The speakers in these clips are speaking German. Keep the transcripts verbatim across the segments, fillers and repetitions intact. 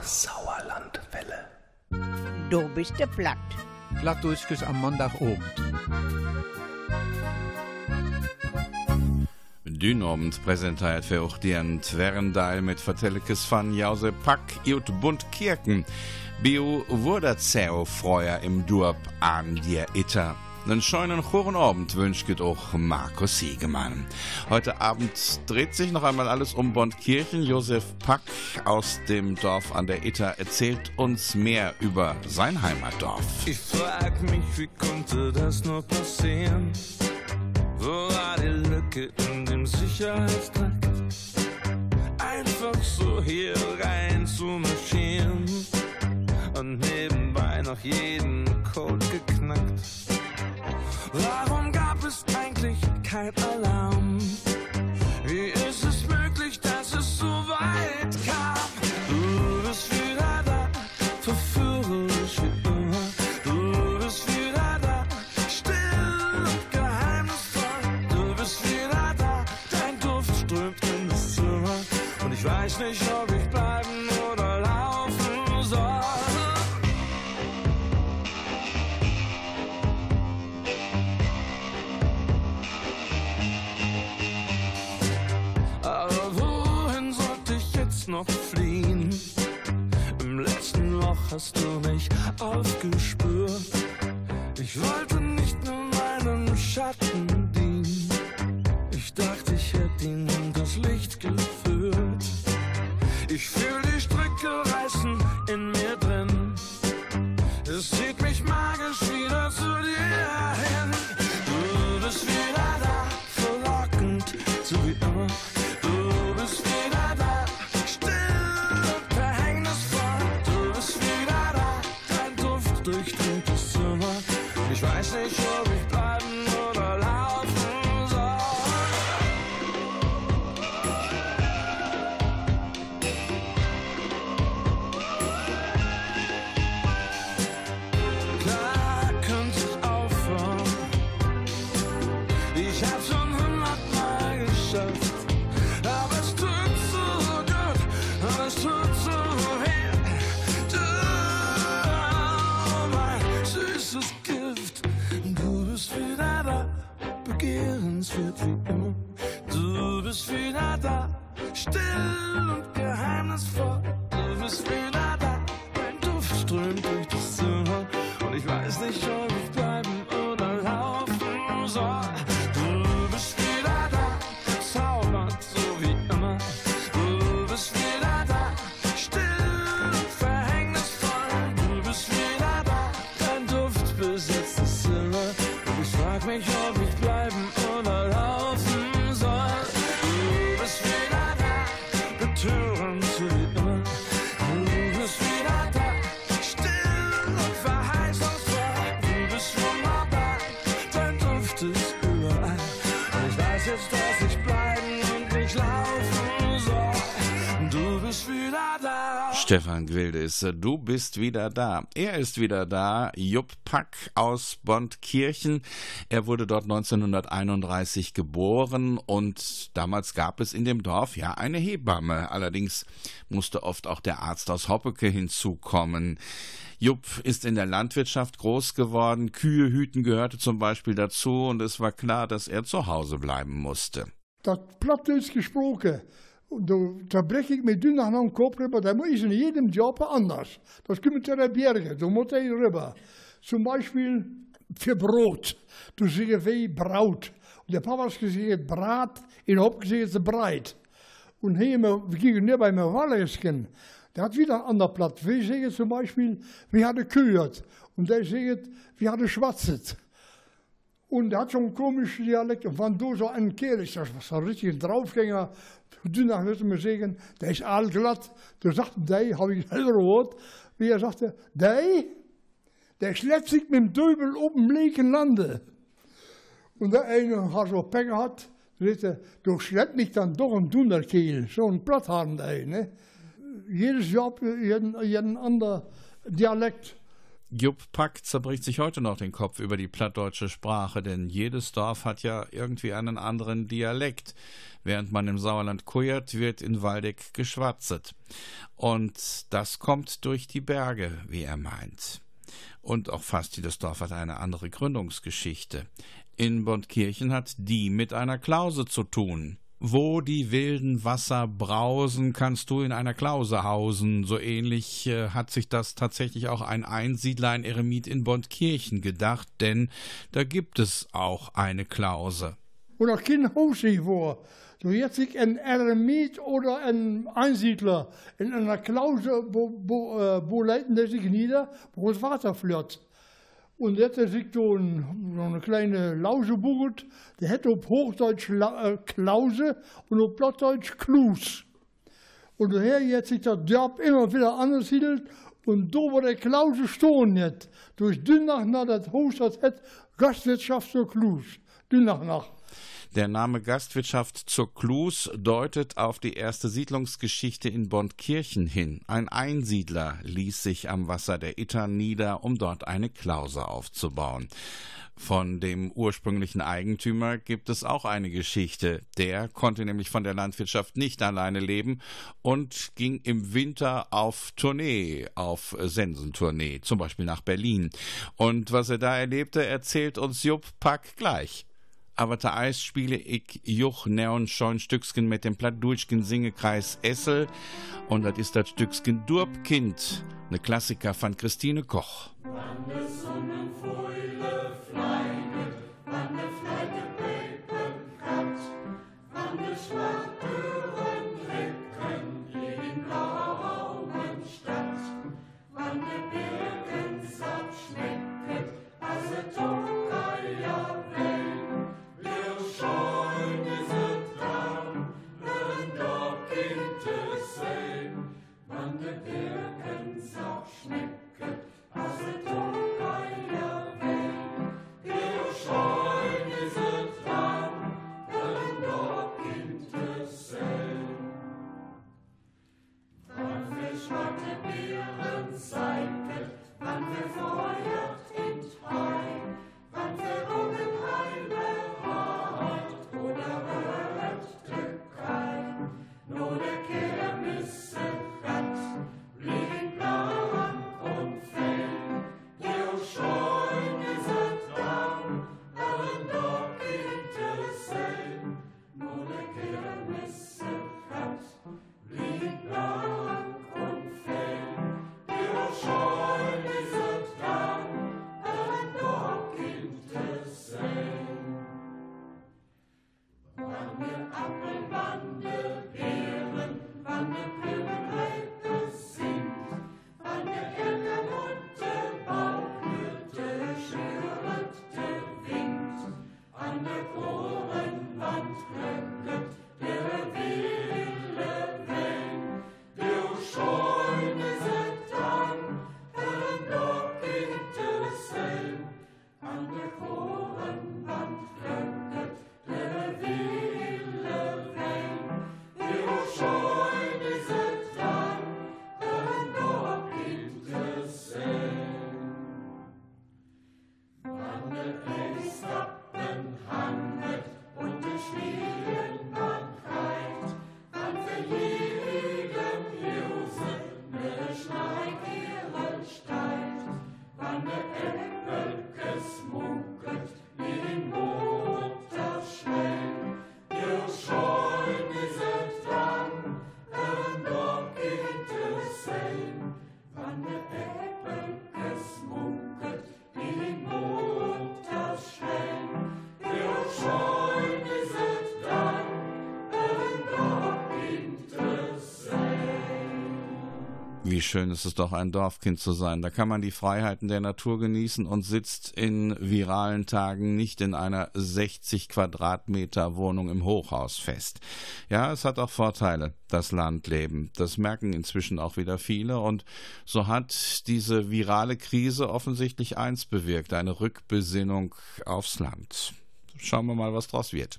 Sauerlandwelle. Du bist der Platt. Plattdeutsches am Montagabend. Dünabend präsentiert für auch den Twerendal mit Vertellekes von Jause Pack ut Bundkirken. Bio wurde zäh Freuer im Durb an der Itter. Einen schönen guten Abend wünscht auch Markus Siegemann. Heute Abend dreht sich noch einmal alles um Bondkirchen. Josef Pack aus dem Dorf an der Itter erzählt uns mehr über sein Heimatdorf. Ich frag mich, wie konnte das nur passieren? Wo war die Lücke in dem Sicherheitstrakt? Einfach so hier rein zu marschieren und nebenbei noch jeden Code geknackt. Warum gab es eigentlich kein Alarm? Wie ist es möglich, dass es so weit kam? Du bist wieder da, verführerisch wie immer. Du bist wieder da, still und geheimnisvoll. Du bist wieder da, dein Duft strömt in das Zimmer. Und ich weiß nicht, ob ich bleiben oder laufen soll. Noch fliehen. Im letzten Loch hast du mich aufgespürt. Ich wollte nicht nur meinem Schatten dienen. Ich dachte, ich hätte ihn hinters Licht geführt. Ich fühl die Stricke reißen in mir drin. Es zieht mich magisch wieder zu dir hin. Du bist wieder da, verlockend, so wie immer. Du bist wieder da. Durchdringt das Zimmer. Ich weiß nicht, ob ich bleiben oder laufen soll. Klar könnte ich aufhören. Ich hab's schon hundertmal geschafft. Aber es tut so gut und es tut so weh. Süßes Gift, du bist wieder da, begehrenswert wie immer. Du bist wieder da, still und geheimnisvoll. Du bist wieder da, dein Duft strömt durch das Zimmer. Und ich weiß nicht, ob ich bleiben oder laufen soll. Du bist wieder da, zaubernd so wie immer. Du bist wieder da, still und verhängnisvoll. Du bist wieder da, besetzt das Zimmer. Und ich frag mich, ob ich bleiben oder laufen soll. Du bist wieder da, betörend so wie immer. Du bist wieder da, still und verheißungsvoll. Du bist wunderbar, dein Duft ist überall. Und ich weiß jetzt, dass ich bleiben und nicht laufen soll. Du bist wieder da. Stefan Gwildes, du bist wieder da. Er ist wieder da, Jupp Pack aus Bondkirchen. Er wurde dort neunzehnhunderteinunddreißig geboren und damals gab es in dem Dorf ja eine Hebamme. Allerdings musste oft auch der Arzt aus Hoppeke hinzukommen. Jupp ist in der Landwirtschaft groß geworden. Kühe hüten gehörte zum Beispiel dazu und es war klar, dass er zu Hause bleiben musste. Das Plattdeutsch gesprochen. Da, da breche ik met dun aan een kop rüber, da ist in jedem Job anders. Das kommt zu der Berge, da muss ich rüber. Zum Beispiel für Brot. Du sagst wie Braut. Und der Papa hat gesagt Brat, in Hop gesagt Breit. Und hier, wir gingen nicht bei mir Wallersken. Der hat wieder ein anderer Platt. Wir sagen zum Beispiel, wir hatten gehört. Und der sagt, wir hatten schwatzet. Und er hat so ein komisches Dialekt. Und wenn du so ein Kerl ist, das war so ein richtiger Draufgänger. Danach hörte man sagen, der ist allglatt. Da sagte der, habe ich selber gehört, wie er sagte, der, der schleppt sich mit dem Döbel auf dem leeren Lande. Und der eine hat so Pech gehabt, sagte, du schleppt mich dann doch ein Dunderkehl. So ein Platt haben die, ne? Jedes Job, jeden, jeden anderen Dialekt. Jupp Pack zerbricht sich heute noch den Kopf über die plattdeutsche Sprache, denn jedes Dorf hat ja irgendwie einen anderen Dialekt. Während man im Sauerland kuiert, wird in Waldeck geschwatzet. Und das kommt durch die Berge, wie er meint. Und auch fast jedes Dorf hat eine andere Gründungsgeschichte. In Bontkirchen hat die mit einer Klause zu tun. Wo die wilden Wasser brausen, kannst du in einer Klause hausen. So ähnlich äh, hat sich das tatsächlich auch ein Einsiedler, ein Eremit in Bontkirchen gedacht, denn da gibt es auch eine Klause. Und auch kein Haus vor. So jetzt ich ein Eremit oder ein Einsiedler in einer Klause, wo, wo, äh, wo leiten der sich nieder, wo das Wasser flirrt. Und jetzt hat sich so, ein, so eine kleine Lause bucht, der hätte auf Hochdeutsch La, äh, Klause und auf Plattdeutsch Klus. Und daher jetzt sich das Dorf immer wieder anders hielt und da wo der Klause stehen hat, durch Dünnach nach das Haus, das hat Gastwirtschaft zur Klus. Dünnach nach. Der Name Gastwirtschaft zur Klus deutet auf die erste Siedlungsgeschichte in Bontkirchen hin. Ein Einsiedler ließ sich am Wasser der Itter nieder, um dort eine Klause aufzubauen. Von dem ursprünglichen Eigentümer gibt es auch eine Geschichte. Der konnte nämlich von der Landwirtschaft nicht alleine leben und ging im Winter auf Tournee, auf Sensentournee, zum Beispiel nach Berlin. Und was er da erlebte, erzählt uns Jupp Pack gleich. Aber da Eis spiele ich Juch neon schon Stücksken mit dem Plattdulschken Singekreis Essel und das ist das Stücksken Durpkind, ne Klassiker von Christine Koch. Wann de Sonnenfäule fleiget, wann de Fleite Pepen kat, wann de Schwartüren recken in blauer Stadt, wann de Birken satt schmecket, as e Tokaier Wie schön ist es doch, ein Dorfkind zu sein. Da kann man die Freiheiten der Natur genießen und sitzt in viralen Tagen nicht in einer sechzig Quadratmeter Wohnung im Hochhaus fest. Ja, es hat auch Vorteile, das Landleben. Das merken inzwischen auch wieder viele. Und so hat diese virale Krise offensichtlich eins bewirkt, eine Rückbesinnung aufs Land. Schauen wir mal, was draus wird.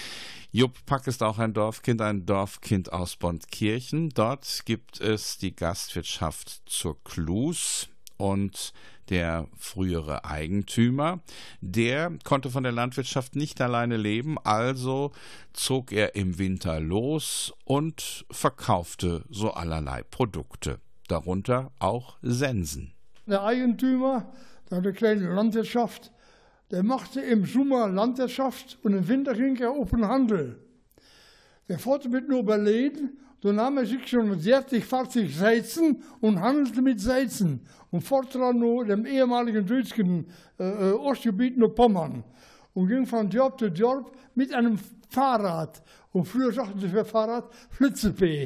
Jupp Pack ist auch ein Dorfkind, ein Dorfkind aus Bontkirchen. Dort gibt es die Gastwirtschaft zur Klus und der frühere Eigentümer. Der konnte von der Landwirtschaft nicht alleine leben, also zog er im Winter los und verkaufte so allerlei Produkte, darunter auch Sensen. Der Eigentümer, der hat eine kleine Landwirtschaft, der machte im Sommer Landwirtschaft und im Winter ging er auf den Handel. Der fuhr mit nur Berlin, da nahm er sich schon dreißig, vierzig Seizen und handelte mit Seizen und fuhr dann nur dem ehemaligen deutschen äh, Ostgebiet nach Pommern und ging von Dorf zu Dorf mit einem Fahrrad. Und früher sagten sie für Fahrrad Flitzepee.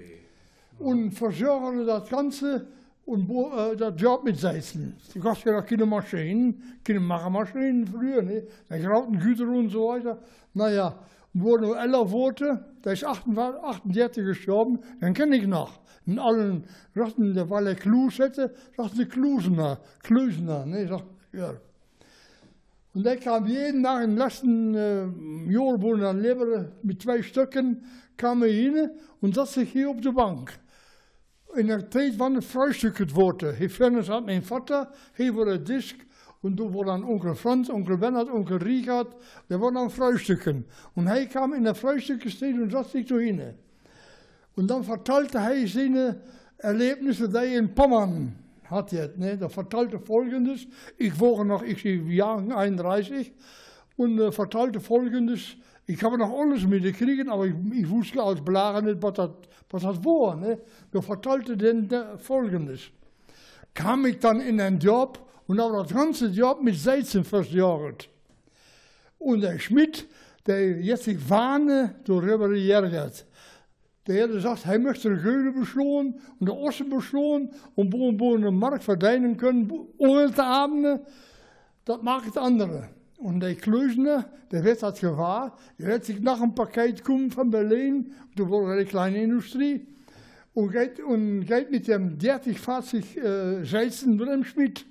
Und versorgte das Ganze und äh, das Job mit Seizen. Die kosteten ja keine Maschinen, keine Machermaschinen früher, ne? Da grauten Güter und so weiter. Naja, wo nur älter wurde, der ist achtunddreißig gestorben, dann kenne ich noch. In allen, sagten, weil er Klus hätte, sagten sie Klusener, Klusener, ne? Sag, ja. Und der kam jeden Tag im letzten äh, Jahr, wo er dann lebte, mit zwei Stücken, kam er hin und saß sich hier auf der Bank. In der Zeit, wann es frühstückt wurde. Hier vorne hat mein Vater, hier war der Disk und da war dann Onkel Franz, Onkel Bernhard, Onkel Richard, der waren dann frühstücken. Und er kam in der Frühstückszeit und saß sich da hin. Und dann verteilte er seine Erlebnisse, die er in Pommern hat jetzt. Ne? Da verteilte Folgendes, ich war noch, ich Jahr einunddreißig, und äh, verteilte Folgendes, ich habe noch alles mitgekriegt, aber ich, ich wusste als Blager nicht, was das, was das war. Ne? Da verteilte denn äh, Folgendes. Kam ich dann in einen Job und habe das ganze Job mit Seizen versorgt. Und der Schmidt, der jetzt sich warne, darüber geärgert. Der hat gesagt, er möchte die Göhle beschlohen und der Osten beschlohen und wo wir einen Markt verdienen können, ohne zu haben, das mag das andere. Und der Klösner, der wird das gewahr, der wird sich nach einem Paket kommen von Berlin, da war eine kleine Industrie, und geht, und geht mit dem dreißig, vierzig äh, Seizen zu dem Schmied.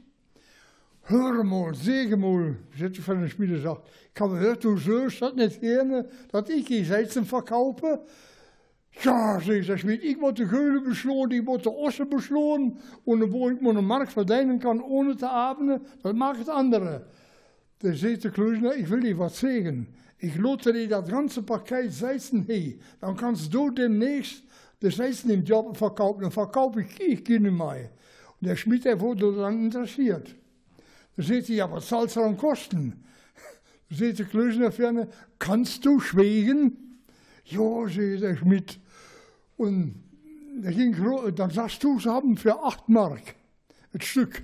Hör mal, sag mal, wie hat von dem Schmied gesagt, ich habe gehört, du sollst das nicht gerne, dass ich die Seizen verkaufe. Ja, sagt der Schmied, ich wollte Göhle beschlohen, ich wollte Osten beschlohen, und wo ich mir einen Markt verdienen kann, ohne zu arbeiten, das mag das andere. Da sagt der Klösner, ich will dir was sagen. Ich lote dir das ganze Paket Seizen hin. Dann kannst du demnächst das Seizen im Job verkaufen. Dann verkaufe ich, ich gehe nicht mehr. Und der Schmied, der wurde dann interessiert. Da sagt er, ja, was soll es dann kosten? Da sagt der Klösner ferner, kannst du schweigen? Ja, sagt der Schmied. Und da ging, dann sagst du es haben für acht Mark. Ein Stück.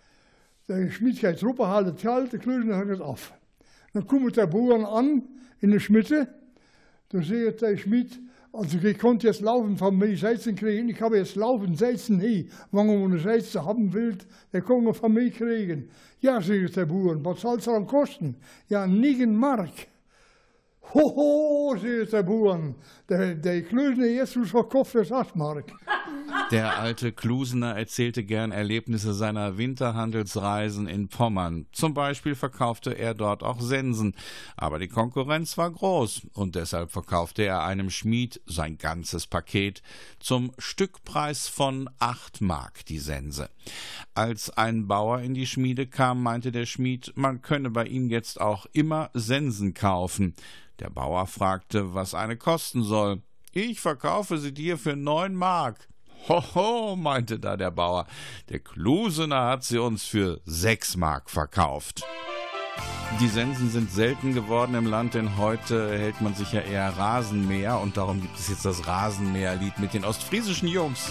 Der Schmied geht rüber, haltet Geld, der Klösner hört es auf. Dann kommt der Bauern an, in der Schmiede, da sagt der Schmied, also ich konnte jetzt laufen von mir Seizen kriegen, ich habe jetzt laufen Seizen hier, wenn man eine Seizen haben will, der kann man von mir kriegen. Ja, sagt der Bauern, was soll es dann kosten? Ja, neun Mark. Hoho, sagt der Bauern, der, der Klösner jetzt verkauft für acht Mark. Der alte Klusener erzählte gern Erlebnisse seiner Winterhandelsreisen in Pommern. Zum Beispiel verkaufte er dort auch Sensen. Aber die Konkurrenz war groß und deshalb verkaufte er einem Schmied sein ganzes Paket zum Stückpreis von acht Mark die Sense. Als ein Bauer in die Schmiede kam, meinte der Schmied, man könne bei ihm jetzt auch immer Sensen kaufen. Der Bauer fragte, was eine kosten soll. Ich verkaufe sie dir für neun Mark. Hoho, meinte da der Bauer, der Klusener hat sie uns für sechs Mark verkauft. Die Sensen sind selten geworden im Land, denn heute hält man sich ja eher Rasenmäher und darum gibt es jetzt das Rasenmäherlied mit den ostfriesischen Jungs.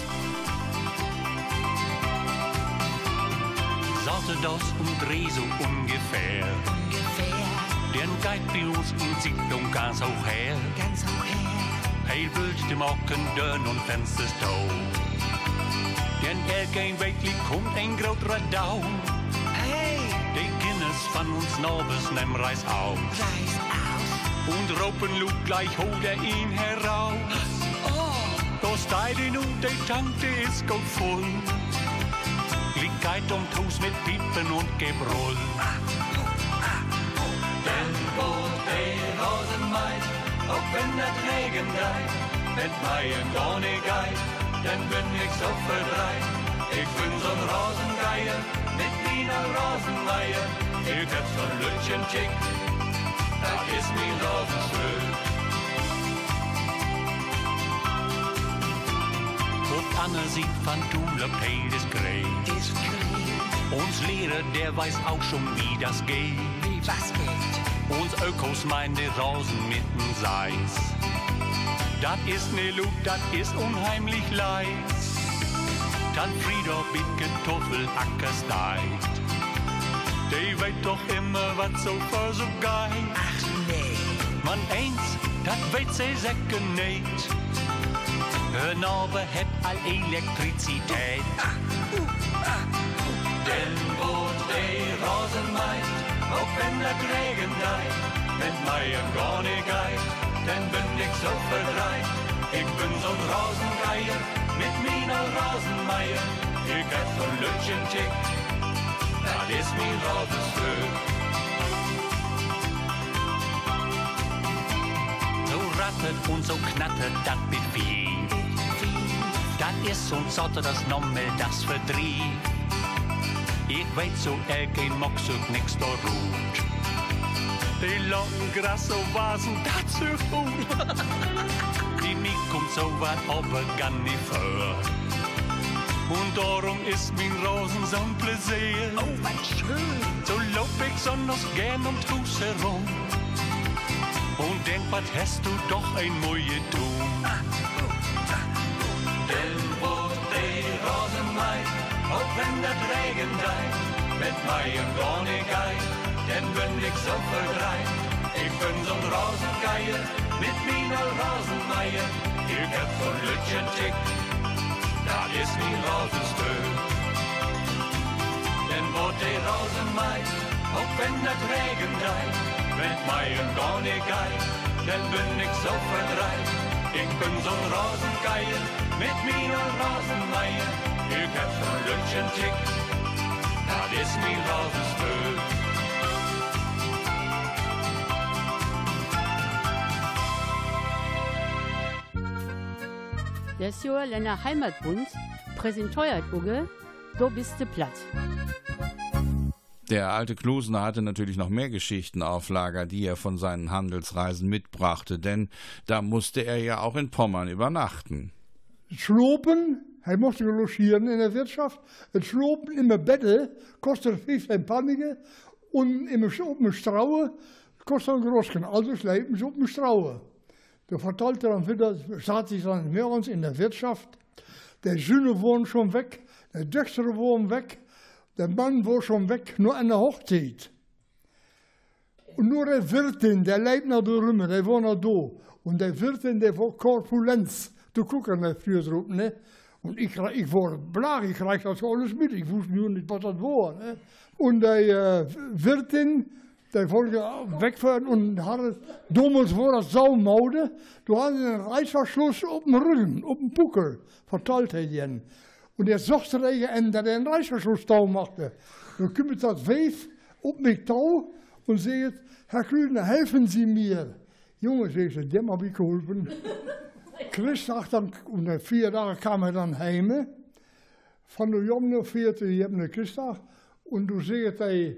Sollte das um Dreh so ungefähr, ungefähr. Den geht bei uns in Siedlung ganz hoch her, ganz hoch her. Heil Bild dem Ocken dünn und Fenster stau. Denn er kein wirklich kommt ein großer Daum. Hey, die Kindes von uns noch bis nem Reis aus. Reis aus. Und Ropen lug gleich holt er ihn heraus. Oh, da steigt ihn und die Tante ist gut voll. Glickheit um Fuß mit Piepen und Gebrull. Denn wo der Rosenmeid, auch wenn das Regen geht, wenn Maien gar nicht geht, dann bin ich so verdreht. Ich bin so'n Rosengeier mit Rosenmeier, ihr kennt von Lütchen Tick, das ist mein Rosenstück. Guckt Anne sieht van Tulip, hey, das Grey. Uns Lehrer, der weiß auch schon, wie das geht. Wie was geht? Uns Ökos meinen die Rosen mitten seis. Dat ist ne Lug, dat ist unheimlich leid. Dann Frieder mit Kartoffel ackers deit. Die weet doch immer, wat so für so geil. Ach nee. Man eins, dat weet sie säcke nicht. Her Narbe hat all Elektrizität. Ah, uh, ah, uh. Denn wo die Rosenmeid, auch wenn das Regen deit, wenn Meier gar nicht geht, dann bin ich so verdreht. Ich bin so'n Rosengeier mit meiner Rosenmeier. Ich hab von Lütchen Tick, das ist mein Rosenstück. So rattet und so knattert dat Buffet. Dat is zo'n zotte, das nommel, das Verdriet. Ich weet so, er kein Mox und nix da ruht. Die langen Gras so wasen, dat so gut. Die mich kommt so wat aber gar nicht vor. Und darum ist mein Rosen so'n Pläsier. Oh, was schön. So lob ich sonners gern ums Haus herum. Und denk, wat hast du doch ein Moje tun. Denn wo die Rosenmeid, auch wenn das Regen deit, mit Meier gar nicht geht, dann bin ich so verdreht. Ich bin so'n Rosengeier mit meiner Rosenmeier. Ich hab von Lütchen Tick, das ist mein Rosenstück. Denn wo die Rosenmeid, auch wenn das Regen deit, mit Meier gar nicht geht, dann bin ich so verdreht. Ich bin so'n Rosengeier mit meiner Rosenmeier. Ich hab von Lütchen Tick, das ist mein Rosenstück. Das Länder Heimatbund präsentiert Uge, du bist du platt. Der alte Klusener hatte natürlich noch mehr Geschichten auf Lager, die er von seinen Handelsreisen mitbrachte, denn da musste er ja auch in Pommern übernachten. Slopen, hij mocht logieren in der Wirtschaft. Het slopen in mijn bedden kostte vijftien pannige en in mijn, op mijn strauwen kostte een grosken. Also slepen ze op mijn strauwen. Der verteilte dann wieder, saß sich dann mehrmals in der Wirtschaft. Der Söhne waren schon weg, der Töchter waren weg, der Mann war schon weg, nur an der Hochzeit. Und nur der Wirtin, der lebt noch da rum, der war noch da. Und der Wirtin, der war Korpulenz, du guckst nach früher drauf, ne? Und ich, ich war blag, ich reichte das alles mit, ich wusste nur nicht, was das war. Ne? Und der äh, Wirtin, der wollte wegfahren und hatte, damals war das Saumaude, du hast einen Reißverschluss auf dem Rücken, auf dem Buckel, verteilt er den. Und er sagte er, dass er einen Reißverschluss da machte. Dann kümmert das Weif auf mich da und sagt, Herr Klüner, helfen Sie mir. Junge, sagt sie, dem habe ich geholfen. Christag, dann, und nach vier Tagen kam er dann heim. Van de jongen vierte, je hebt een Christag. Und du sagst, er,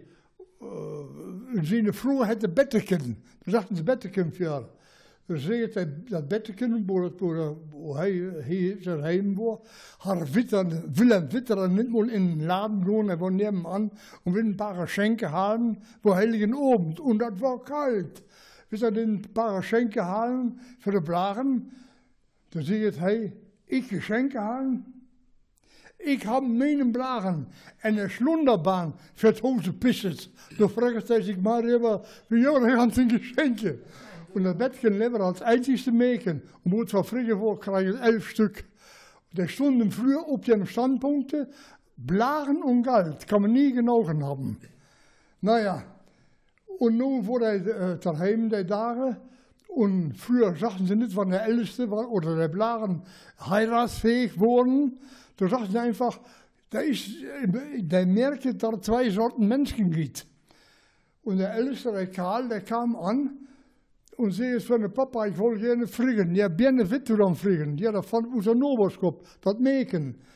Uh, zijn vrouw had een betteken. Dan zachten ze betteken voor. Dan zei hij dat betteken, waar hij hier heen was, haar witteren, Willem Witteren niet meer in den Laden gaan, hij was nebenan und will ein paar Geschenke haben, voor Heiligen Abend. Und das war kalt. Bis er den paar Geschenke haben für die Blagen, dann sagt hij, ich Geschenke haben? Ich habe meinen Blagen eine Schlunderbahn für die Hose pisset. Da fragt er sich mal über, wie ja, die ganzen Geschenke. Und das Bettchen lebt als einzigste Mädchen. Und wo es war früher war, kriegen elf Stück. Der stunden früher auf den Standpunkten, Blagen und Geld, kann man nie genau haben. Naja, und nun wurde er äh, daheim die Tage. Und früher sagten sie nicht, wann der Älteste war oder der Blagen heiratsfähig wurden. Da sagten sie einfach, da ist, der merkte, dass es zwei Sorten Menschen gibt. Und der Älteste, der Karl, der kam an und sagte von der Papa, ich wollte gerne frieren. Ja, gerne wird du dann frieren. Ja, das fand unser Noberskop, das Mäken.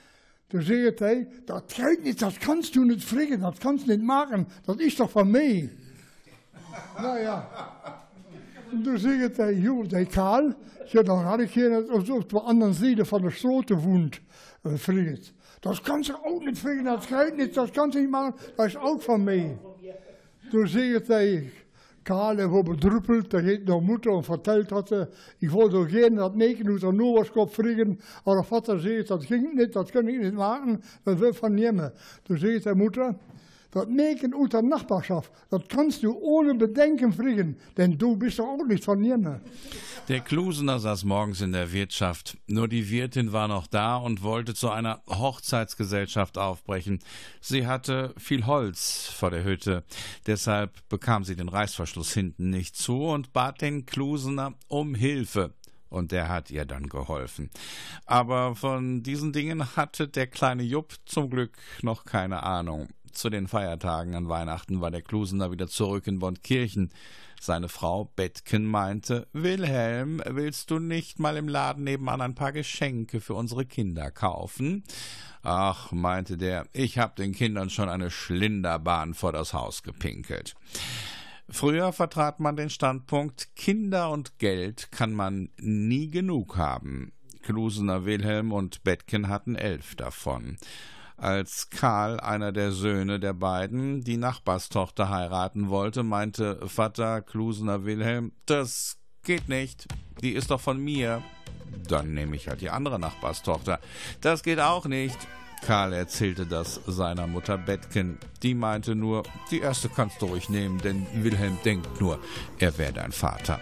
Da sagt hij, dat geht nicht, das kannst du nicht fragen, das kannst du nicht machen, das ist doch von mir. Naja. Und da sagt hij, joh, der Karl, ja, dann hatte ich hier auf, auf der anderen Seite von der Straße wohnt, äh, Fried. Das kannst du auch nicht fragen, das geht nicht, das kannst du nicht machen, das ist auch von mir. Da sagt hij, Karl, er war bedrüppelt, der geht nach Mutter und vertellt hatte, ich wollte doch gerne das Mädchen aus der Noverskop fragen, aber der Vater sagt, das ging nicht, das kann ich nicht machen, das wird von nehmen. Da sagt der Mutter, das Mädchen aus der Nachbarschaft, das kannst du ohne Bedenken fragen, denn du bist doch auch nicht von nehmen. Der Klusener saß morgens in der Wirtschaft. Nur die Wirtin war noch da und wollte zu einer Hochzeitsgesellschaft aufbrechen. Sie hatte viel Holz vor der Hütte. Deshalb bekam sie den Reißverschluss hinten nicht zu und bat den Klusener um Hilfe. Und der hat ihr dann geholfen. Aber von diesen Dingen hatte der kleine Jupp zum Glück noch keine Ahnung. Zu den Feiertagen an Weihnachten war der Klusener wieder zurück in Bontkirchen. Seine Frau Bettken meinte, Wilhelm, willst du nicht mal im Laden nebenan ein paar Geschenke für unsere Kinder kaufen? Ach, meinte der, ich hab den Kindern schon eine Schlinderbahn vor das Haus gepinkelt. Früher vertrat man den Standpunkt, Kinder und Geld kann man nie genug haben. Klusener Wilhelm und Bettken hatten elf davon. Als Karl, einer der Söhne der beiden, die Nachbarstochter heiraten wollte, meinte Vater Klusener Wilhelm, das geht nicht, die ist doch von mir. Dann nehme ich halt die andere Nachbarstochter. Das geht auch nicht. Karl erzählte das seiner Mutter Bettken. Die meinte nur, die erste kannst du ruhig nehmen, denn Wilhelm denkt nur, er wäre dein Vater.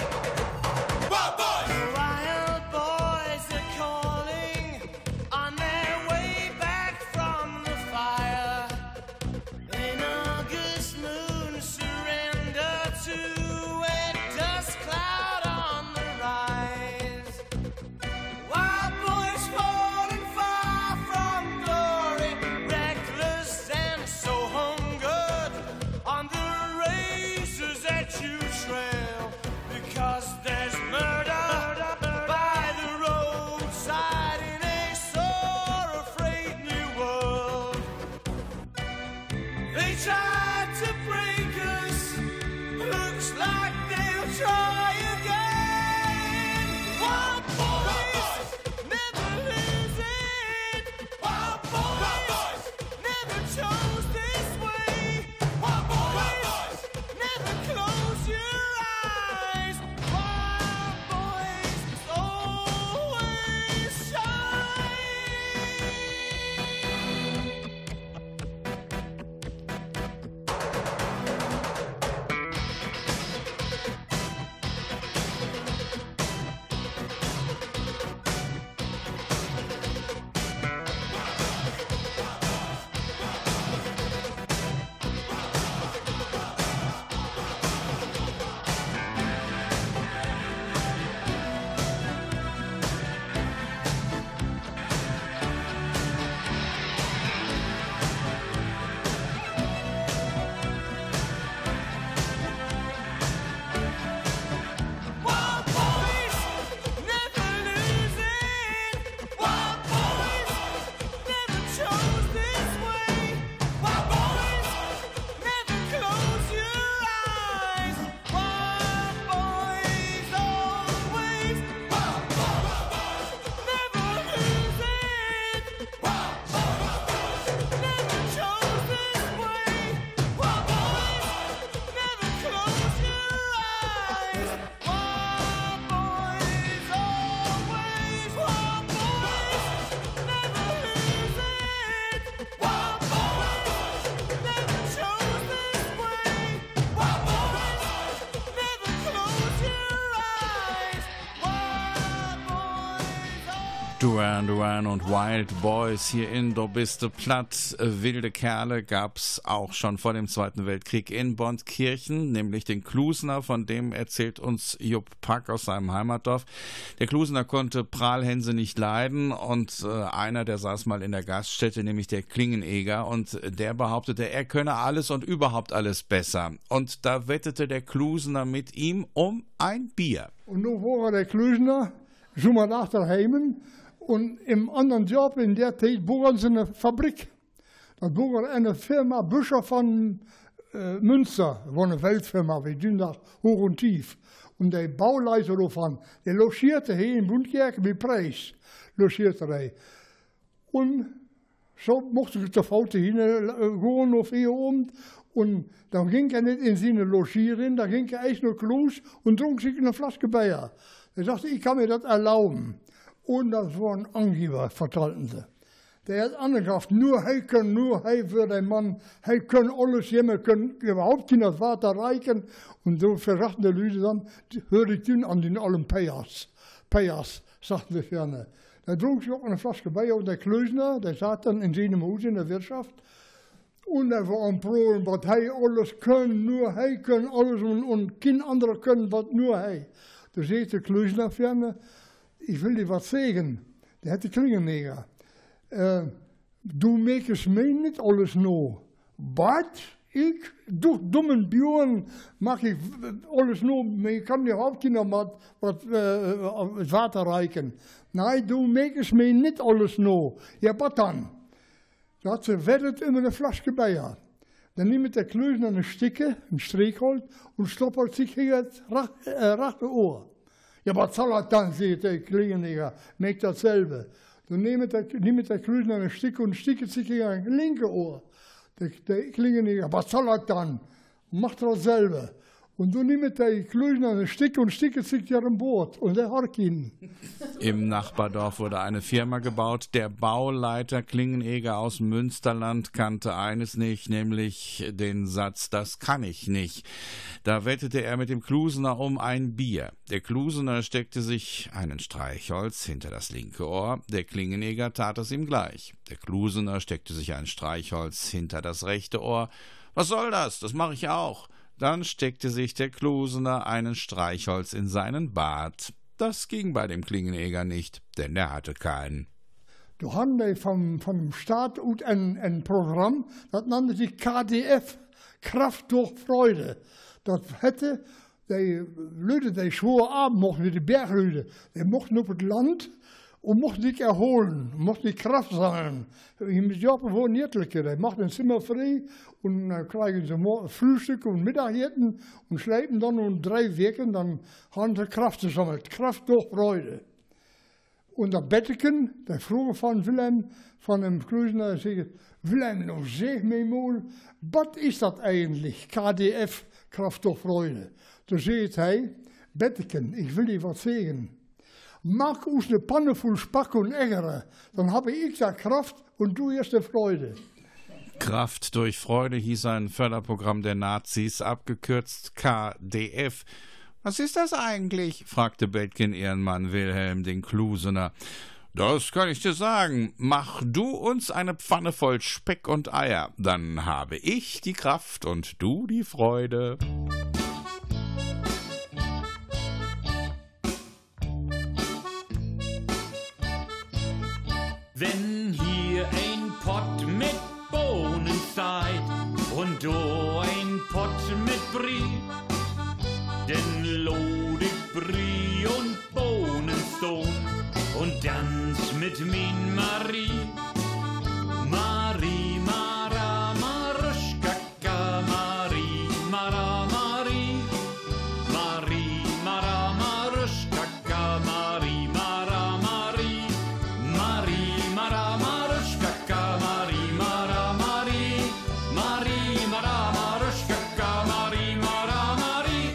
Duran Duran und Wild Boys hier in Do biste platt. Wilde Kerle gab's auch schon vor dem Zweiten Weltkrieg in Bontkirchen, nämlich den Klusener, von dem erzählt uns Jupp Pack aus seinem Heimatdorf. Der Klusener konnte Prahlhänse nicht leiden und äh, einer, der saß mal in der Gaststätte, nämlich der Klingeneger, und der behauptete, er könne alles und überhaupt alles besser. Und da wettete der Klusener mit ihm um ein Bier. Und nun war der Klusener, so mal nach daheim. Und im anderen Job in der Zeit bohren sie eine Fabrik. Da bohren eine Firma, Büscher von äh, Münster, war eine Weltfirma, wir tun das hoch und tief. Und der Bauleiter davon, der logierte hier in Bundkerk mit Preis, logierte er. Und so mochte ich zur Faute hingehen auf ihr um. Und dann ging er nicht in seine Logierin, da ging er echt nur Klus und trunk sich eine Flasche Bier. Er sagte, ich kann mir das erlauben. Und das war ein Angeber, vertalten sie. Der hat angebracht, nur er kann, nur er für den Mann, er kann alles, jemand kann überhaupt nicht das Vater reichen. Und so verrachten die Leute dann, höre ich dann an den allen Payas. Payas, sagten sie gerne. Da trug sich auch eine Flasche Bier und der Klösner, der saß dann in seinem Haus in der Wirtschaft. Und er war am Proben, was er alles kann, nur er kann alles und, und kein anderer kann, was nur er. Da sagt der Klösner gerne, ich will dir was sagen. Der hat die Klingenneger. Uh, du makest mij niet alles no. But ik, durch dummen Björn, mag ik alles no. Maar ik kan niet opkijken wat, wat uh, het water reiken. Nee, du makest mij niet alles no. Ja, wat dan? Da hat sie weddet immer eine Flasche Bier. Dann nimmt der Klösner eine Sticke, ein Strichholz und stoppert sich hier das rechte Ohr. Ja, was soll das dann, sagt der Klingenneger, macht dasselbe. Dann nimmt der, nimmt der Klösner eine Sticke und stickt sich hier ein linke Ohr. Der, der Klingenneger, was soll das dann? Macht dasselbe. Und dann nimmt der Klösner eine Sticke und stickt sich hier im Boot und der harkt ihn. Im Nachbardorf wurde eine Firma gebaut. Der Bauleiter Klingenegger aus Münsterland kannte eines nicht, nämlich den Satz, das kann ich nicht. Da wettete er mit dem Klusener um ein Bier. Der Klusener steckte sich einen Streichholz hinter das linke Ohr. Der Klingenegger tat es ihm gleich. Der Klusener steckte sich ein Streichholz hinter das rechte Ohr. Was soll das? Das mache ich auch. Dann steckte sich der Klusener einen Streichholz in seinen Bart. Das ging bei dem Klingenegger nicht, denn er hatte keinen. Da haben die vom, vom Staat ein, ein Programm, das nannte sich K D F, Kraft durch Freude. Das hätte, die Leute, die schwere Abend mochten, die Bergleute, die mochten auf das Land und mochten sich erholen, mochten die Kraft sammeln. Im Job waren Niedliche, die machten ein Zimmer frei und dann kriegen sie Frühstück und Mittagessen und schleifen dann um drei Wochen, dann haben sie Kraft gesammelt, Kraft durch Freude. Und der Betteken, der vroeg van Willem, van dem Klösner, zei, Willem, nou zeg mij mal, wat is dat eigenlijk, K D F, Kraft durch Freude? Toen zei hij, Betteken, ik wil je wat zeggen. Maak ons eine Panne voll Spack und Ägere, dann habe ich da Kraft und du erst die Freude. Kraft durch Freude hieß ein Förderprogramm der Nazis, abgekürzt K D F. Was ist das eigentlich? Fragte Bettgen Ehrenmann Wilhelm den Klusener. Das kann ich dir sagen. Mach du uns eine Pfanne voll Speck und Eier, dann habe ich die Kraft und du die Freude. Wenn hier ein Pott mit Bohnen seid und do ein Pott mit Brie, denn lodig Brie und Bohnenstohn und dans mit min Marie. Marie, Mara, Maruschkaka, Marie, Mara, Marie. Marie, Mara, Maruschkaka, Marie, Mara, Marie. Marie, Mara, Maruschkaka, Marie, Mara, Marie. Marie, Mara, Maruschkaka, Marie, Mara, Marie.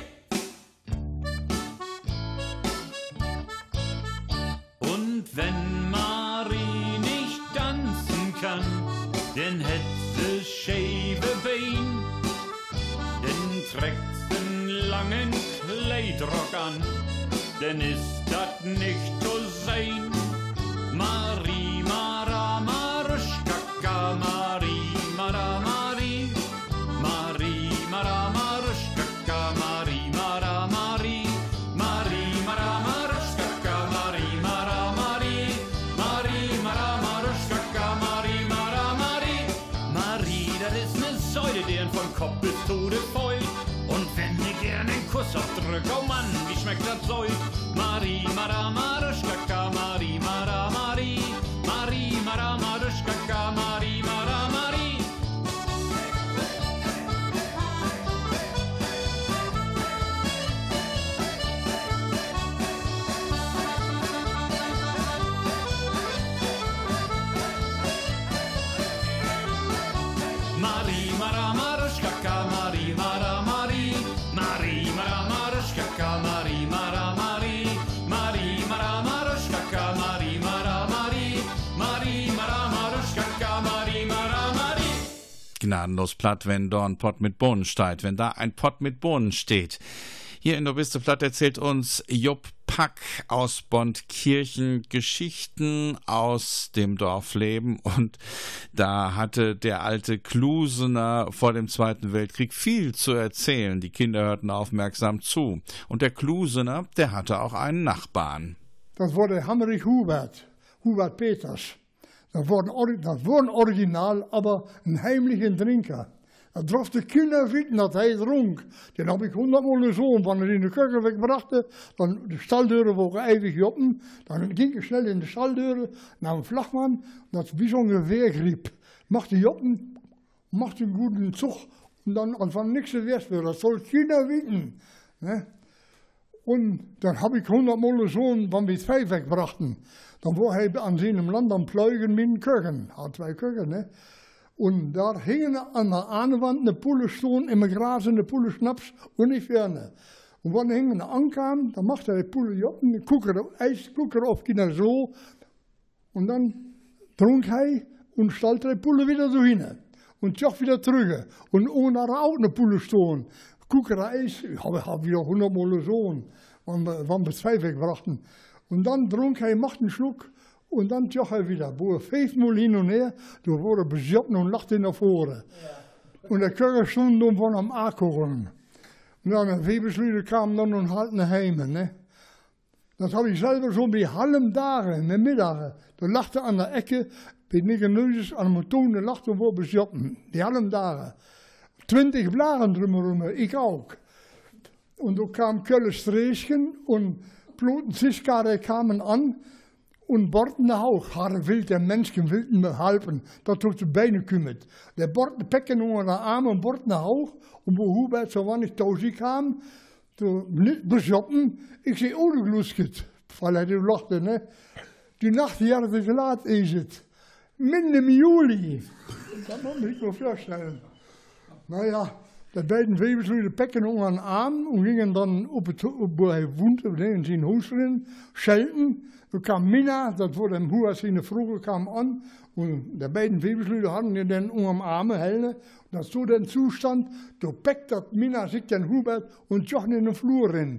Und wenn Marie nicht tanzen kann, denn hätt sie schäve Bein, denn trägt den langen Kleidrock an, denn ist dat nicht zu sein. Marie, Mara, Maruschkaka, Marie, Mara, Marie. Marie, Mara, Maruschkaka, Marie, Mara, Marie. Marie, Mara, Maruschkaka, Marie, Mara, Marie. Marie, Mara, Maruschkaka, Marie, Mara, Marie. Marie, das ist ne Säule, deren von Kopf bis Tode voll. Und wenn ihr gern einen Kuss aufdrückt, oh Mann, wie schmeckt das Zeug? Marie, Mara, Maruschkaka, Marie, Mara, Marie. Marie, Mara, Marischkaka, Marie, Mara, Marie. Marie, Mara, Marischkaka, Marie, Mara, Marie. Marie, Mara, Marischkaka, Marie, Mara, Marie. Marie, Mara, Marischkaka, Marie, Mara, Marie. Gnadenlos platt, wenn da ein Pott mit Bohnen steht, wenn da ein Pott mit Bohnen steht. Hier in Du bist platt erzählt uns Jupp Pack aus Bondkirchen Geschichten aus dem Dorfleben, und da hatte der alte Klusener vor dem Zweiten Weltkrieg viel zu erzählen. Die Kinder hörten aufmerksam zu, und der Klusener, der hatte auch einen Nachbarn. Das war der Hammerich Hubert, Hubert Peters. Das war ein, das war ein Original, aber ein heimlicher Trinker. Da durfte Kinder wissen, dass hij dronk. Den habe ich hundertmal so, wenn er in de Keuken wegbrachte, dann die Stalldeuren waren ewig open. Dann ging ich schnell in de Stalldeuren naar een Vlagmann, dat wie zo'n Gewehrgriep. Machte die open, machte einen guten Zug und dann anfangen nichts zu werden. Das soll Kinder wissen. Ne? Und dann habe ich hundertmal so, wenn wir zwei wegbrachten, dann war er an seinem Land am Pleugen mit den Keuken. Hat zwei Keuken, ne? Und da hingen an der einen Wand eine Pulle Stoon, im Gras eine Pulle Schnaps und ich ferne. Und wenn er hingen ankam, dann machte er die Pulle op, den Kucker, Eiskucker auf Kinder so. Und dann trank er und stellte die Pulle wieder so hin. Und tjoch wieder zurück. Und ohne auch eine Pulle Stoon. Kucker Eis, ich habe hab wieder hundertmal so, wenn wir, wenn wir zwei wegbrachten. Und dann trank er, machte einen Schluck. Und dann tjoch er wieder, boer vijfmal hin und her, toen worden bezopen und lachte nach voren. Ja. Und der Köger stond dan van am aankoren. En dan de Weberslieden kwamen dan und halt naar Heimen. Ne? Dat habe ich selber so bij halben dagen, in de middagen. Da lachte an der Ecke, bij Niggeneuses an de motoren, da lachte we bezopen. Die halben dagen. Twintig Blaren drumherum, ich auch. Und da kam Kölles Streeschen und Ploten Ziskare kamen an. Und Borten auch, hadden wild en mensen wilden me helpen, dat tot de benen kümmert. De Borten pekken onder de armen en Borten auch, und wo Hubert so wann ich thuis kwam, toen niet bezoppen, ik zei, oh, de gloesket. Weil hij lachte, ne? Die nacht jaren te laat is het. Midden in juli. Dat moet ik me voorstellen. Nou ja, de beiden Weberslieden pekken onder de arm en gingen dan op het, op waar hij woonde, in zijn huis erin, schelten. Toen kwam Minna, dat voor dem Huas in de vroege kwam an, und de beiden Weberslieden hadden die dann um am Arme hellen. Dat so den Zustand, da peckt dat Minna sich den Hubert und joch in den Flur rein.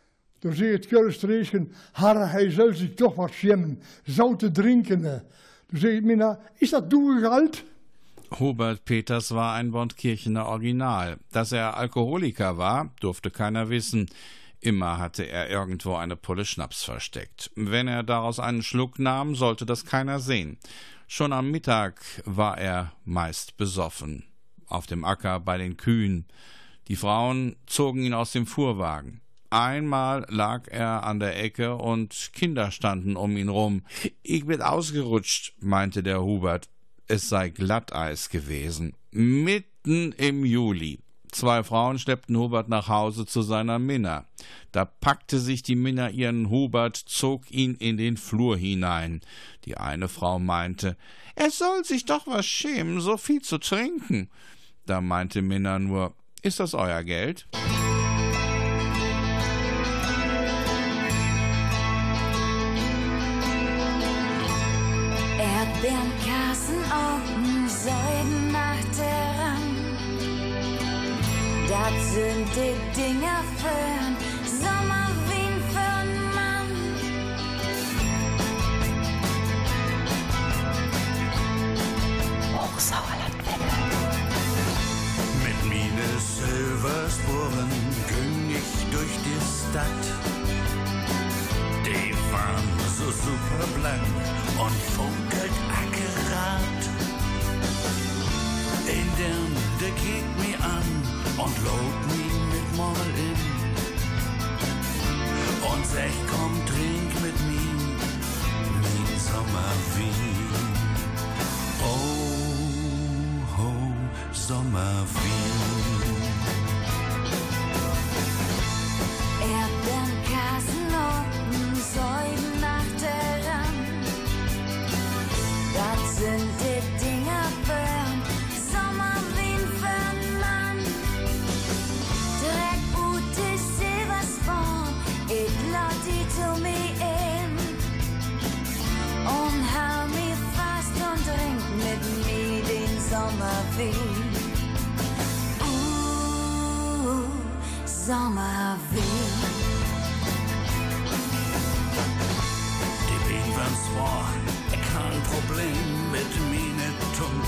Da zie je het Kölstreeschen, Harre, hij soll sich doch was schämen, zoute drinken. Da zie je Minna, is dat doegehalt? Hubert Peters war ein Bondkirchener Original. Dass er Alkoholiker war, durfte keiner wissen. Immer hatte er irgendwo eine Pulle Schnaps versteckt. Wenn er daraus einen Schluck nahm, sollte das keiner sehen. Schon am Mittag war er meist besoffen. Auf dem Acker bei den Kühen. Die Frauen zogen ihn aus dem Fuhrwagen. Einmal lag er an der Ecke und Kinder standen um ihn rum. Ich bin ausgerutscht, meinte der Hubert. Es sei Glatteis gewesen. Mitten im Juli. Zwei Frauen schleppten Hubert nach Hause zu seiner Minna. Da packte sich die Minna ihren Hubert, zog ihn in den Flur hinein. Die eine Frau meinte, er soll sich doch was schämen, so viel zu trinken. Da meinte Minna nur, ist das euer Geld? Erdbeeren, Kassen, Augen, Säuden nach der Rand. Das sind die Dinger für'n Sommer wie für'n Mann. Hochsauerlandwelle. Mit mine Silberspuren ging ich durch die Stadt. Die waren so super blank und funkelt akkurat. In dem, der geht mir an und lobt mich mit mal in. Und sagt, komm, trink mit mir, mein Sommerwein. Oh, oh, Sommerwein. Erdbeeren, Kassen, Noten, Säuden nach der Rand. Das sind die Dinger für'n Sommer Sommerwind. Uh, Sommerwind. Die Wien waren zwar kein Problem mit meine Tung.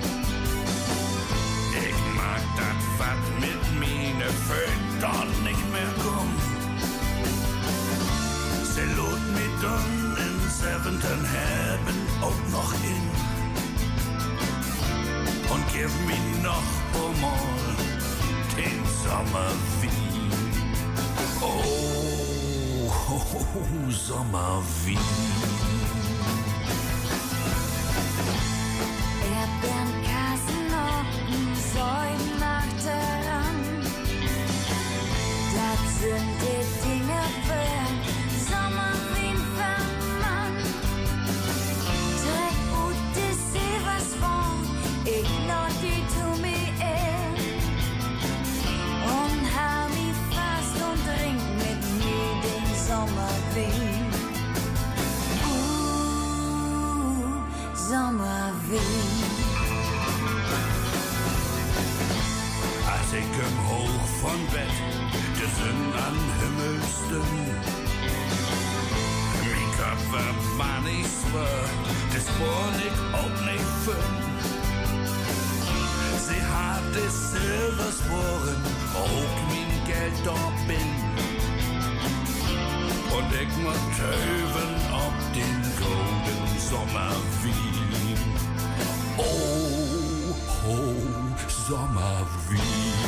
Ich mag dat wat mit meine Föhn dann nicht mehr kommt. Sie lud mich dann in siebenten Heaven auch noch in. Und gib mir noch einmal den Sommerwien. Oh, oh, oh Sommerwien. Erdbeerenkassen oben, Säulen nach daran. Das sind die Dinge für Sommerwien für Mann. Dreck und die See was von, ich noch die to me in. Und hau mich fast und trink mit mir den Sommerwien. Uh, Sommerwien. Als ich komm hoch von Bett, der Sinn an Himmelsten. Mein Kopf war war nicht schwer, das war nicht auch nicht fünf. Sie hat das Silbersporen, auch mein Geld dort bin. Und ich muss töven ob den golden Sommerwien. Oh, oh, Sommerwien.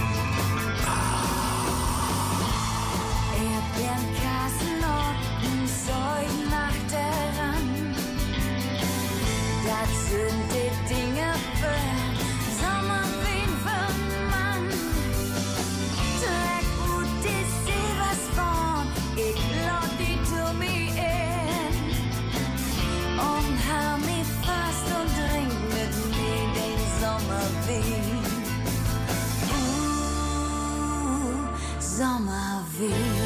Erdbeerenkassen oben, Säulen nach daran. Das sind die Dinge für Sommerwien für Mann. Dreck und die See was von, ich lad die to me in. Und hau mich fast und trink mit mir den Sommerwien. Uh, Sommerwien.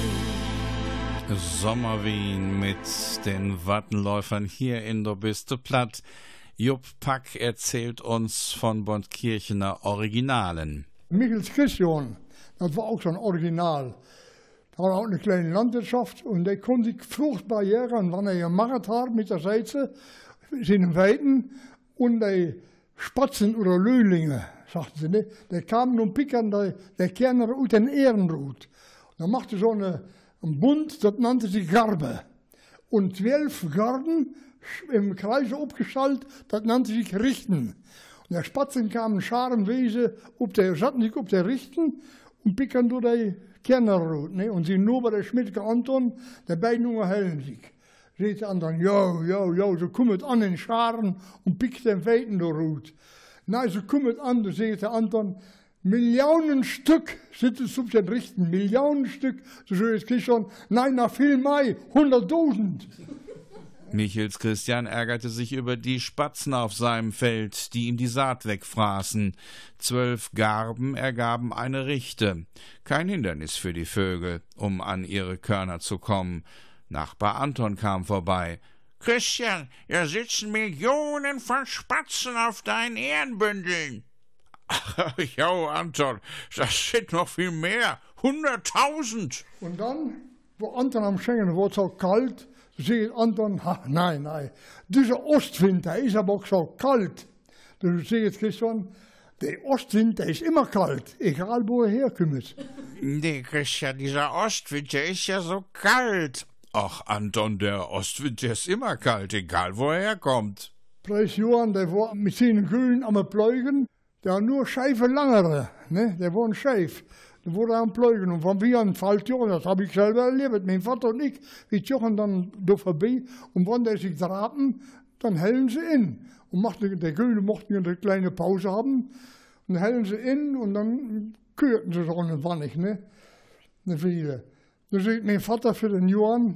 Sommerwien mit den Wattenläufern hier in Der Bist du Platt. Jupp Pack erzählt uns von Bontkirchener Originalen. Michels Christian, das war auch so ein Original. Da war auch eine kleine Landwirtschaft und der konnte sich furchtbar jähren, wenn er gemacht hat mit der Seite, seinen Weiden und die Spatzen oder Löhlinge, sagten sie, ne? Der kamen und pickern die, die Kerner aus den Ehrenrut. Dann machte so eine, ein Bund, das nannte sich Garbe. Und zwölf Garben im Kreis aufgestellt, das nannte sich Richten. Und der Spatzen kamen scharenweise, ob der satten sich auf der Richten und pickern durch die Kernerrut. Ne? Und sie nur bei der Schmidtke Anton, der beiden unterhellen sich. Seht der anderen, ja, ja, ja, so kommt an in Scharen und pickt den Weiten durch Rut. Na, so kommt an, da seht der Anton, Millionen Stück sitzen auf den Richten, Millionen Stück. So schön ist Christian, nein, nach viel Mai, hunderttausend. Michels Christian ärgerte sich über die Spatzen auf seinem Feld, die ihm die Saat wegfraßen. Zwölf Garben ergaben eine Richte. Kein Hindernis für die Vögel, um an ihre Körner zu kommen. Nachbar Anton kam vorbei. »Christian, hier sitzen Millionen von Spatzen auf deinen Ehrenbündeln.« »Ach, ja, Anton, das sind noch viel mehr, hunderttausend.« Und dann, wo Anton am Schengen wurde so kalt, sagt Anton, ha, nein, nein, dieser Ostwind, der ist aber auch so kalt. Du sagst, Christian, der Ostwind, der ist immer kalt, egal wo er herkommt. Nee, Christian, dieser Ostwind, der ist ja so kalt. Ach, Anton, der Ostwind, der ist immer kalt, egal wo er herkommt. Preis Johann, der war mit seinen Gülen am Pleugen, der hat nur scheife Langere, ne? Der war ein Scheif. Der wurde am Pleugen. Und von wie an fällt Jochen, das habe ich selber erlebt. Mein Vater und ich, wir Jochen dann da vorbei. Und wenn der sich drapen, dann hellen sie in. Und machten, der Güle mochten eine kleine Pause haben. Und dann hellen sie in und dann kürten sie so eine Wannig, ne? Eine viele. Dann sagt mein Vater für den Johann,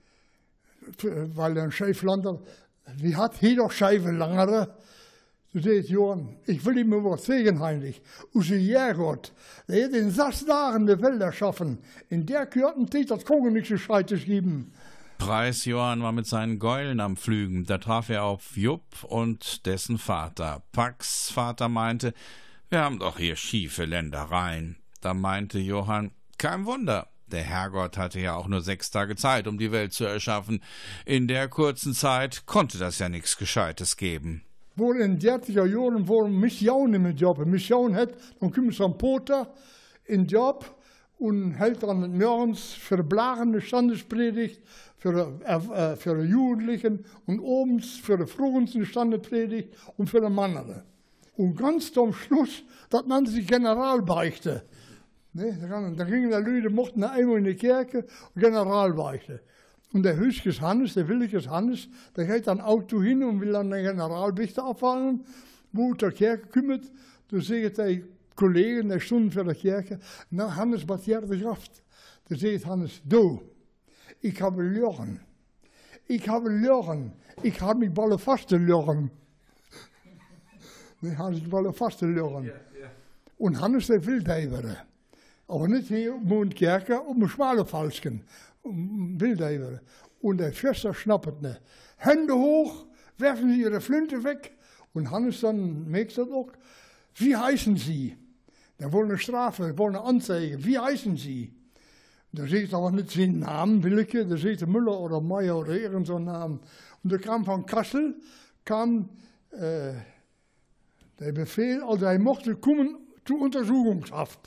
für, weil er ein Scheifland hat, wie hat hier doch scheife Langere? Du sagst, Johann, ich will ihm mal was sagen, Heinrich. Unser Jägert, der hat in sechs Tagen die Wälder schaffen. In der kurzen Zeit, das kann nicht so Scheites geben. Preis Johann war mit seinen Gäulen am Pflügen. Da traf er auf Jupp und dessen Vater. Packs Vater meinte, wir haben doch hier schiefe Ländereien. Da meinte Johann, kein Wunder. Der Herrgott hatte ja auch nur sechs Tage Zeit, um die Welt zu erschaffen. In der kurzen Zeit konnte das ja nichts Gescheites geben. Wo in dertiger Jahren waren Missionen im Job. Eine Mission hat, dann kommt so ein Poter in den Job und hält dann morgens für die blagende Standespredigt, für die, äh, für die Jugendlichen und abends für die frugendsten Standespredigt und für die Männer. Und ganz zum Schluss, das nannte sich Generalbeichte. Ne, da gingen die Leute, mochten einmal in die Kirche und Generalbeichte. Und der Hüskes Hannes, der Willikes Hannes, der geht dann Auto hin und will dann den Generalbeichte abfallen, wo der Kirche kümmert. Da sagt die Kollegen, der Stunden für die Kirche, na Hannes, was ihr geschafft? Da sagt Hannes, du, ich habe Ljochen. Ich habe Ljochen. Ich habe mich balle fast Ljochen. Ich habe mich balle fast Ljochen. Ja, ja. Und Hannes, der will da aber nicht hier op Mondkerke, op een schmale Falsken. Wildeiver. Und der Förster schnappert ne. Hände hoch, werfen sie ihre Flinte weg. Und Hannes dann merkt das auch. Wie heißen Sie? Da wollen eine Strafe, wollen eine Anzeige. Wie heißen Sie? Da seht aber nicht seinen Namen, Willeke. Da seht Müller oder Meier oder irgend so einen Namen. Und da kam von Kassel, kam äh, der Befehl, also er mochte kommen zur Untersuchungshaft.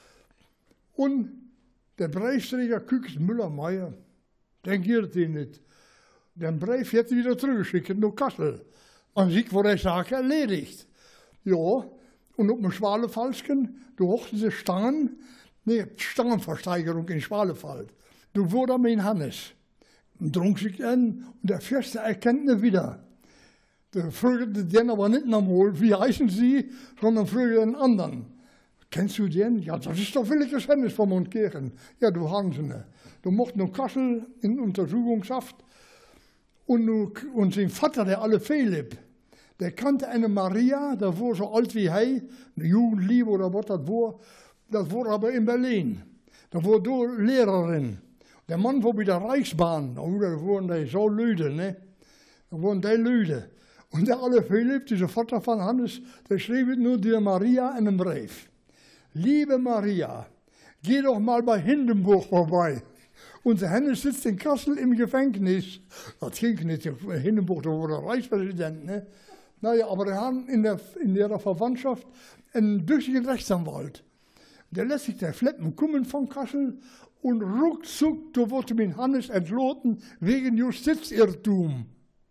Und der Briefsträger guckt, Müller, Meier, den geht ihn nicht. Den Brief hätte er wieder zurückgeschickt nach Kassel. An sich war die Sache erledigt. Ja, und auf dem Schwalefalsken, da hochten sie Stangen, nee, Stangenversteigerung in Schwalefeld. Da wurde er mit Hannes. Und drang sich an, und der Förster erkennt ihn wieder. Da fragte den aber nicht nochmal, wie heißen Sie, sondern fragte den anderen. Kennst du den? Ja, das ist doch Willikes Hannes von Mondkirchen. Ja, du Hansene. Du mocht nach Kassel in Untersuchungshaft. Und, nu, und sein Vater, der alle Philipp, der kannte eine Maria, der war so alt wie hij, eine Jugendliebe oder was das war. Das war aber in Berlin. Da war du Lehrerin. Der Mann war bei der Reichsbahn. Da waren die so Leute, ne? Da waren die Leute. Und der alle Philipp, dieser Vater von Hannes, der schrieb nur der Maria in einem Brief. Liebe Maria, geh doch mal bei Hindenburg vorbei. Unser Hannes sitzt in Kassel im Gefängnis. Das ging nicht, Hindenburg, da war der Reichspräsident. Ne? Naja, aber wir haben in der, in der Verwandtschaft einen tüchtigen Rechtsanwalt. Der lässt sich der Fleppen kommen von Kassel und ruckzuck, da wurde mit Hannes entloten wegen Justizirrtum.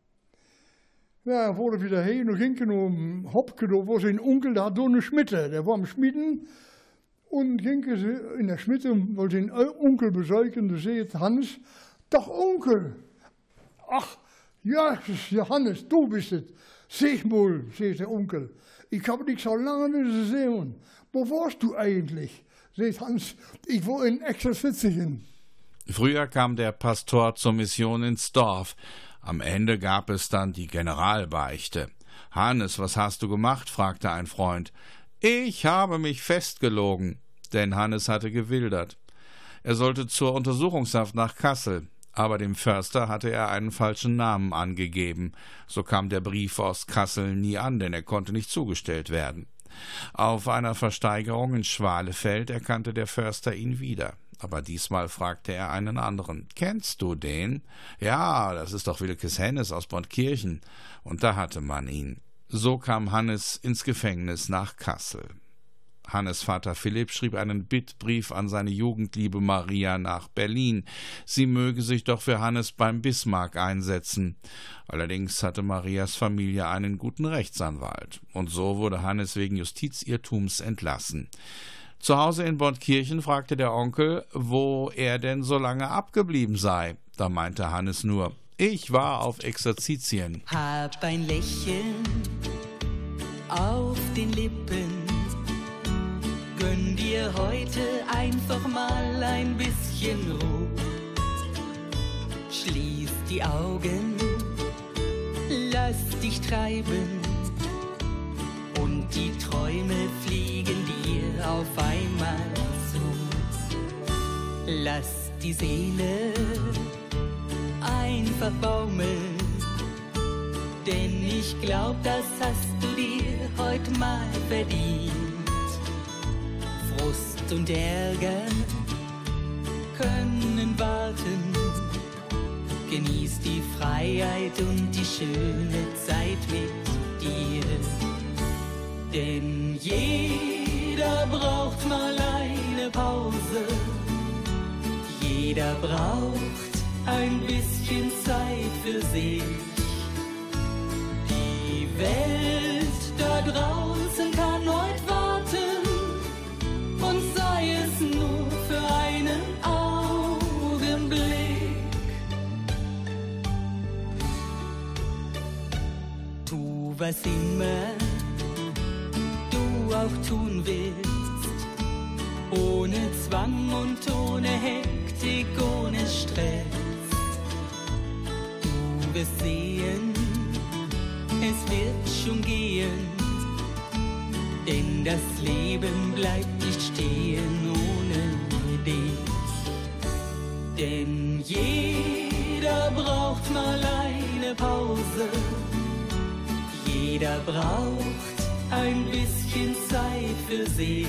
Ja, er wurde wieder hin und ging um Hopke, da war sein Onkel, der hat so eine Schmiede, der war am Schmieden. Und ging in der Schmiede und wollte den Onkel besuchen. Da sagt Hannes, doch Onkel. Ach, ja, Johannes, du bist es. Sag mal, sagt der Onkel, ich habe dich so lange nicht gesehen. Wo warst du eigentlich? Sagt Hans, ich war in Exerzitien. Früher kam der Pastor zur Mission ins Dorf. Am Ende gab es dann die Generalbeichte. Hannes, was hast du gemacht? Fragte ein Freund. Ich habe mich festgelogen, denn Hannes hatte gewildert. Er sollte zur Untersuchungshaft nach Kassel, aber dem Förster hatte er einen falschen Namen angegeben. So kam der Brief aus Kassel nie an, denn er konnte nicht zugestellt werden. Auf einer Versteigerung in Schwalefeld erkannte der Förster ihn wieder. Aber diesmal fragte er einen anderen. Kennst du den? Ja, das ist doch Willikes Hannes aus Bontkirchen. Und da hatte man ihn. So kam Hannes ins Gefängnis nach Kassel. Hannes' Vater Philipp schrieb einen Bittbrief an seine Jugendliebe Maria nach Berlin. Sie möge sich doch für Hannes beim Bismarck einsetzen. Allerdings hatte Marias Familie einen guten Rechtsanwalt. Und so wurde Hannes wegen Justizirrtums entlassen. Zu Hause in Bontkirchen fragte der Onkel, wo er denn so lange abgeblieben sei. Da meinte Hannes nur, ich war auf Exerzitien. Hab ein Lächeln auf den Lippen, gönn dir heute einfach mal ein bisschen Ruhe. Schließ die Augen, lass dich treiben und die Träume fliegen dir auf einmal zu. Lass die Seele einfach baumeln. Denn ich glaub, das hast du dir heute mal verdient. Frust und Ärger können warten. Genieß die Freiheit und die schöne Zeit mit dir. Denn jeder braucht mal eine Pause. Jeder braucht ein bisschen Zeit für sich. Die Welt da draußen kann heute warten. Und sei es nur für einen Augenblick. Tu, was immer du auch tun willst, ohne Zwang und ohne Hektik, ohne Stress. Du wirst sehen, es wird schon gehen. Denn das Leben bleibt nicht stehen ohne dich. Denn jeder braucht mal eine Pause. Jeder braucht ein bisschen Zeit für sich.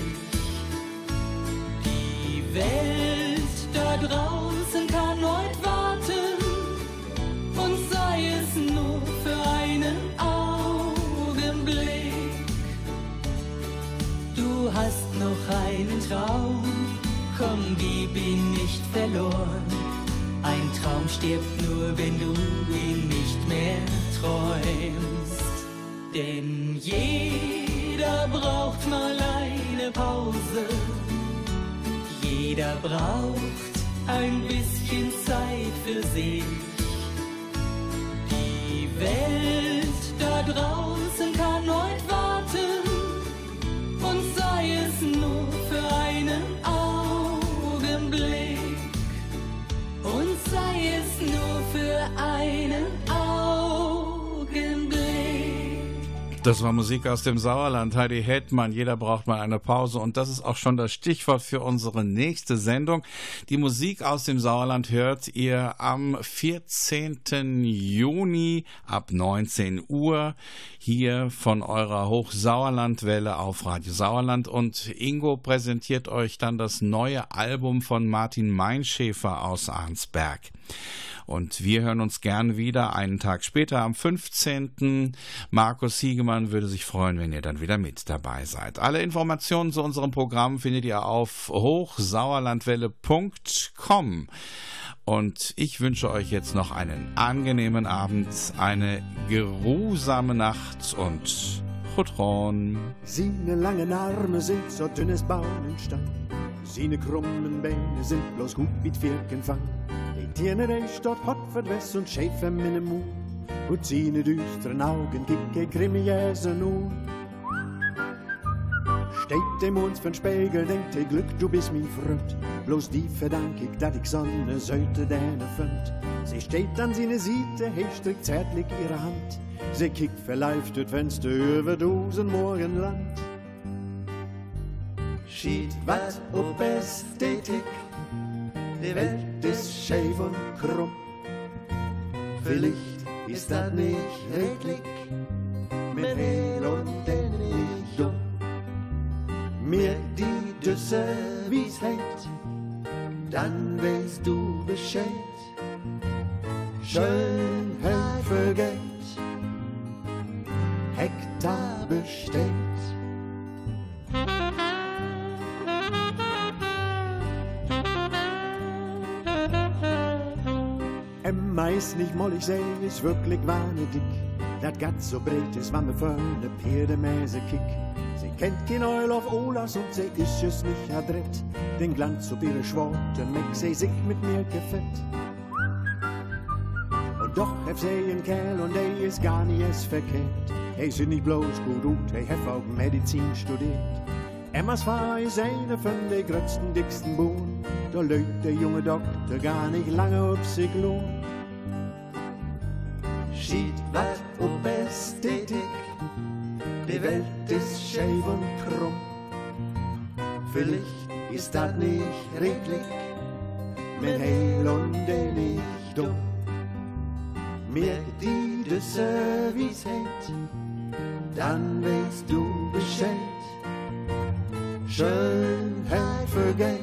Die Welt da draußen kann heute warten. Und sei es nur für einen Augenblick. Du hast noch einen Traum, komm, gib ihn nicht verloren. Ein Traum stirbt nur, wenn du ihn nicht mehr träumst. Denn jeder braucht mal eine Pause. Jeder braucht ein bisschen Zeit für sich. Die Welt da draußen kann heute warten. Und sei es nur für einen Augenblick. Und sei es nur für einen Augenblick. Das war Musik aus dem Sauerland. Heidi Hetman, jeder braucht mal eine Pause. Und das ist auch schon das Stichwort für unsere nächste Sendung. Die Musik aus dem Sauerland hört ihr am vierzehnten Juni ab neunzehn Uhr hier von eurer Hochsauerlandwelle auf Radio Sauerland. Und Ingo präsentiert euch dann das neue Album von Martin Meinschäfer aus Arnsberg. Und wir hören uns gern wieder einen Tag später am fünfzehnten Markus Hiegemann würde sich freuen, wenn ihr dann wieder mit dabei seid. Alle Informationen zu unserem Programm findet ihr auf hochsauerlandwelle punkt com. Und ich wünsche euch jetzt noch einen angenehmen Abend, eine geruhsame Nacht und Chutron. Seine langen Arme sind so dünnes Baumenstein, seine krummen Beine sind bloß gut wie Birkenfang. Die Tiere, die steht hot verdwess und schäfer mit dem Mund, und seine düsteren Augen kicke grimmig Äsen nun. Steht dem uns von Spiegel, denkt ihr Glück, du bist mein Freund. Bloß die verdank ich, dat ich Sonne sollte deine Fönd. Sie steht an seine Seite, he strickt zärtlich ihre Hand. Sie kickt verleift durch Fenster über Dosen Morgenland. Schied wat ob Ästhetik, die Welt ist scheif und krumm. Vielleicht ist das nicht redlich, mit Hehl und den nicht dumm. Mir die Düsse Wiesheit, dann weißt du Bescheid. Schönheit vergeht, Hektar besteht. Emma ist nicht mollig, sie ist wirklich wahnsinnig. Dat Gatt so breit ist, wann me für ne Pferdemäse kick. Sie kennt kein Eul auf Olas und sie ist es nicht adrett. Den Glanz ob ihre Schworte meck sie sich mit mir gefett. Und doch hef sie ein Kerl und er ist gar nicht es verkehrt. Er sind nicht bloß gut und er hef auch Medizin studiert. Emmas Frau ist eine von den grötzten, dicksten Bohnen. Da lögt der junge Doktor gar nicht lange ob sich lohnt. Schied wat ob Ästhetik, die Welt ist scheif und krumm. Vielleicht ist das nicht redlich, mit Heil und der nicht dumm. Merk die de Service het, dann weißt du Bescheid. Schönheit für Geld,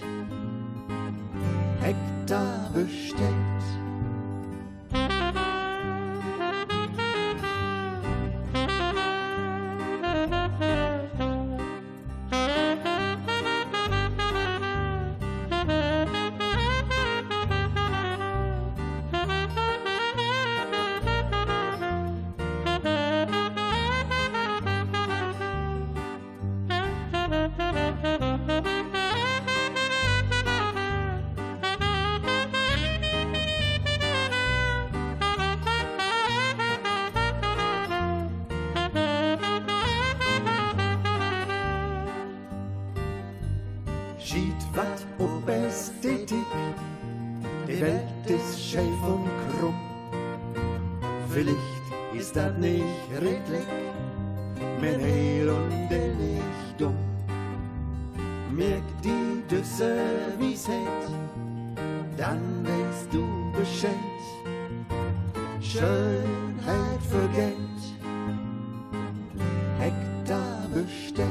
Hektar bestellt. Schied wat op Ästhetik, die Welt ist scheef und krumm. Vielleicht ist das nicht redlich, men heil und der nicht dumm. Merk die de Service het, dann weißt du Bescheid. Schönheit für Geld, Hektar bestellt.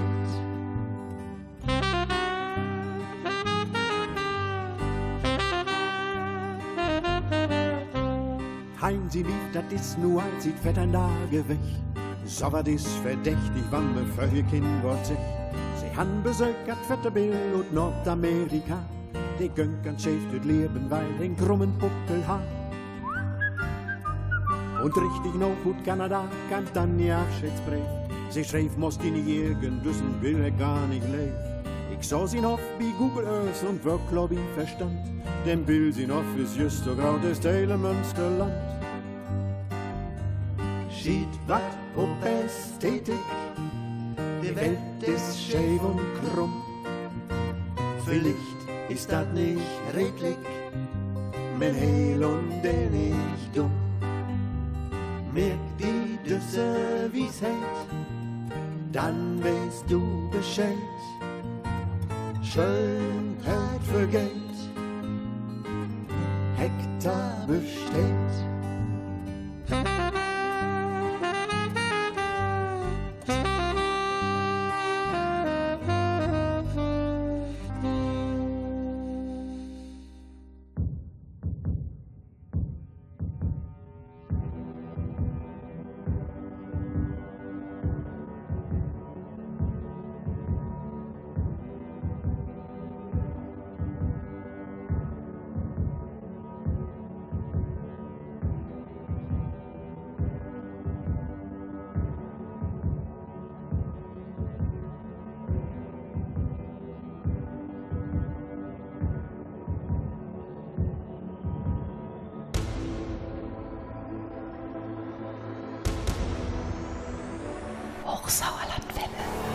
Hein, sie lief, dat is nu alt sit vettern Lage weg. Så var dis verdächtig, wann me följe kind vart sig. Sie han besökat Vetterbill und Nordamerika. De gönkan schäft ut leben, weil den krummen Puckel ha. Und richtig noch ut Kanada kam dann ihr Abschiedsbrief. Sie schreef, most in Jägen, düssen will er gar nicht leben. Ich sah sie noch wie Google Earth und wirklich wie Verstand. Den Bill sie noch fürs just so grau des Teile Münsterland. Schied wat op Ästhetik, die Welt ist scheef und krumm. Vielleicht ist das nicht redlich, men heil und der nicht dumm. Merk die de Service het, dann weißt du Bescheid. Schönheit für Geld, Hektar bestellt. Hochsauerlandwelle.